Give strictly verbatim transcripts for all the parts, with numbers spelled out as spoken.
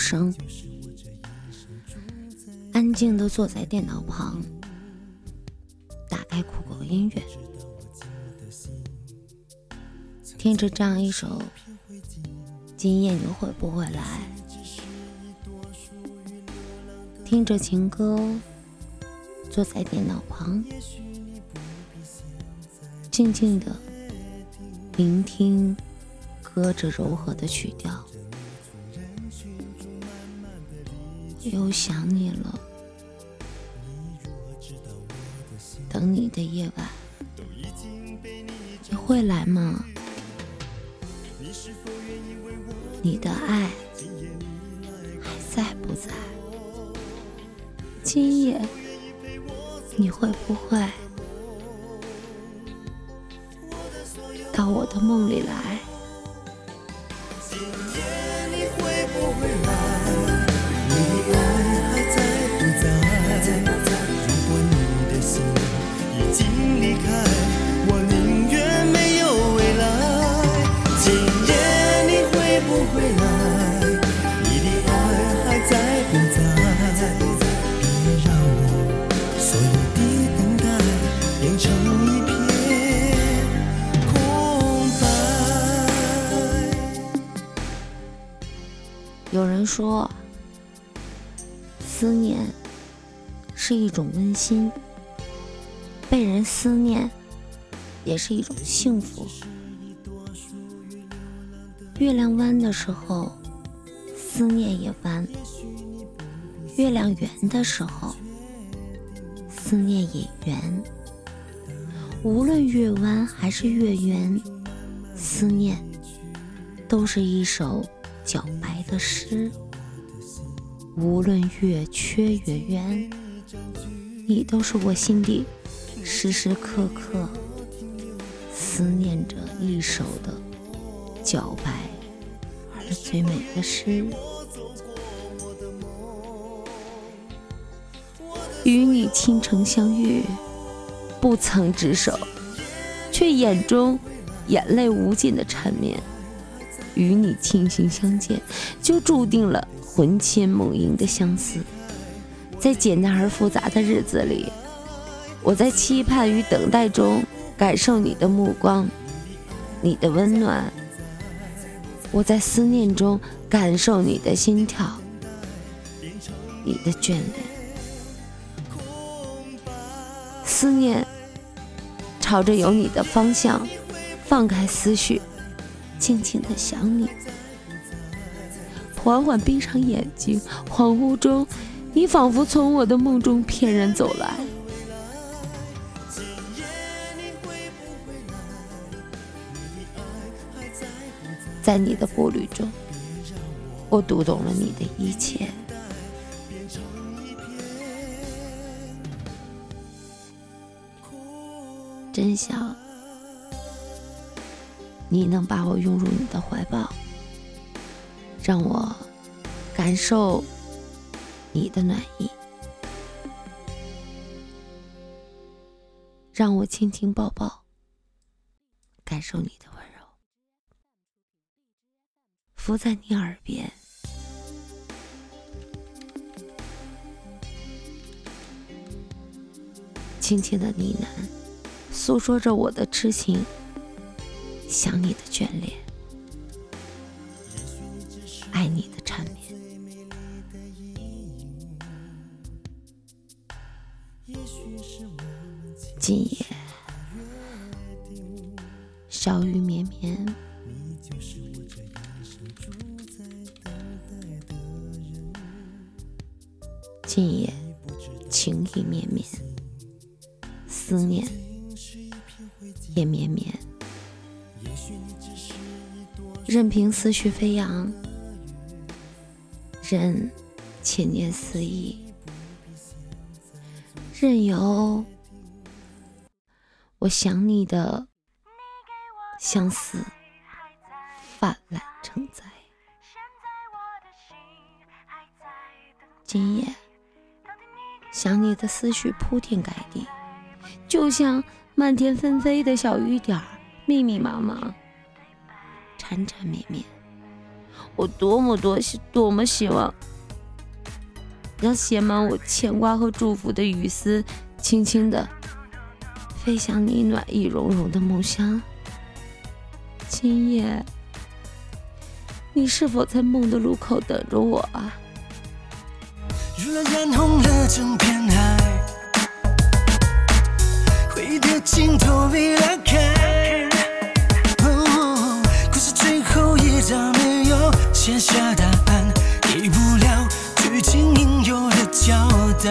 声，安静地坐在电脑旁，打开酷狗音乐，听着这样一首今夜你会不会来，听着情歌，坐在电脑旁，静静地聆听歌着柔和的曲调。又想你了，等你的夜晚，你会来吗？你的爱还在不在？今夜你会不会到我的梦里来？ 今夜你会不会来？你的爱还在不在？如果你的心已经离开，我宁愿没有未来。今夜你会不会来？你的爱还在不在？别让我所有的等待变成一片空白。 有人说，思念是一种温馨，被人思念也是一种幸福。月亮弯的时候，思念也弯；月亮圆的时候，思念也圆。无论月弯还是月圆，思念都是一首皎白的诗。无论月缺月圆，你都是我心底时时刻刻思念着一首的皎白而最美的诗。与你倾城相遇，不曾执手，却眼中眼泪无尽的缠绵。与你倾心相见，就注定了魂牵梦萦的相思。在简单而复杂的日子里，我在期盼与等待中感受你的目光，你的温暖。我在思念中感受你的心跳，你的眷恋。思念朝着有你的方向，放开思绪，静静地想你。缓缓闭上眼睛，恍惚中，你仿佛从我的梦中翩然走来。在你的步履中，我读懂了你的一切。真想你能把我拥入你的怀抱，让我感受你的暖意，让我轻轻抱抱，感受你的温柔，伏在你耳边，轻轻的呢喃，诉说着我的痴情，想你的眷恋，爱你的缠绵。今夜小雨绵绵，今夜情意绵绵，思念也绵绵。任凭思绪飞扬，任千年思忆，任由我想你的相思泛滥成灾。今夜想你的思绪铺天盖地，就像漫天纷飞的小雨点，密密麻麻，缠缠绵绵。 我多么多多么希望让写满我牵挂和祝福的雨丝轻轻地飞向你暖意融融的梦乡。今夜你是否在梦的路口等着我啊？ 如了染红了整片海，回忆的尽头被拉开，哦，故事最后一章没有写下答案，给不了剧情应有的交代。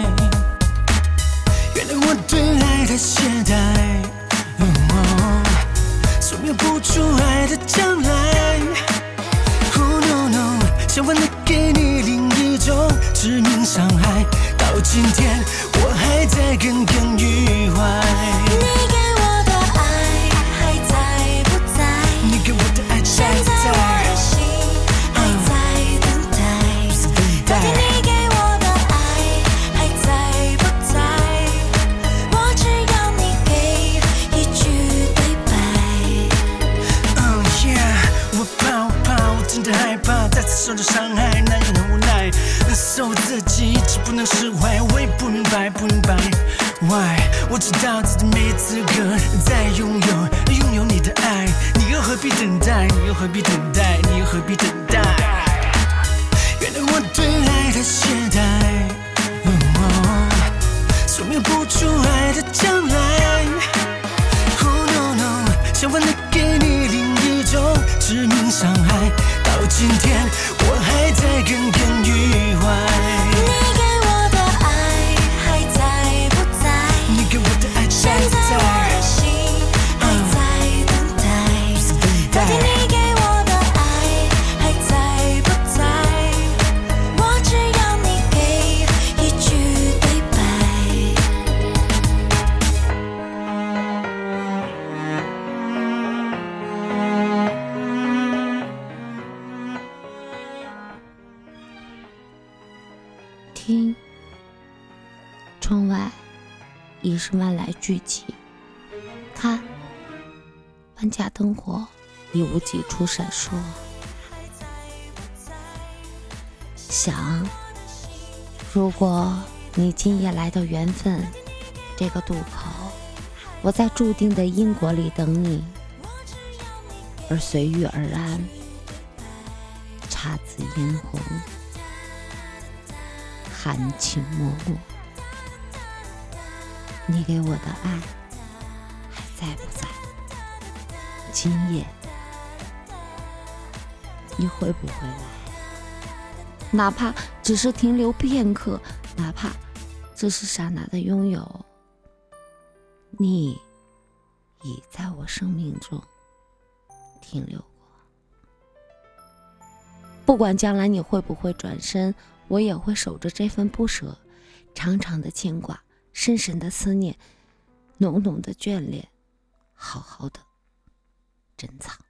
原来我对爱的懈怠，哦，说明不出爱的将来。Oh no no， 想问的给你另一种致命伤害，到今天我还在耿耿于怀。 你给我的爱还在不在？ 你给我的爱现在不在我在？ 的心还在等待。到底你给我的爱还在不在？我只要你给一句对白。 Oh yeah， 我怕我怕我真的害怕再次受到伤害，男人很无奈，忍受自己一直不能释怀，我也不明白不明白 why， 我知道自己没资格再拥有拥有你的爱，你又何必等待，你又何必等待，你又何必等待。原来我对爱的懈怠，哦，说明不出爱的将来。Oh no no， 想问的给你另一种致命伤害，到今天我还在耿耿于怀。 你给我的爱还在不在？ 你给我的爱现在不在我在？ 的心还在等待。到底你给我的爱还在不在？我只要你给一句对白。 听，窗外已是万籁俱寂，看，万家灯火已无几处闪烁。想，如果你今夜来到缘分这个渡口，我在注定的因果里等你，而随遇而安，姹紫嫣红，含情脉脉。你给我的爱还在不在？今夜你会不会来？哪怕只是停留片刻，哪怕只是刹那的拥有，你已在我生命中停留过。不管将来你会不会转身，我也会守着这份不舍，长长的牵挂，深深的思念，浓浓的眷恋，好好的珍藏。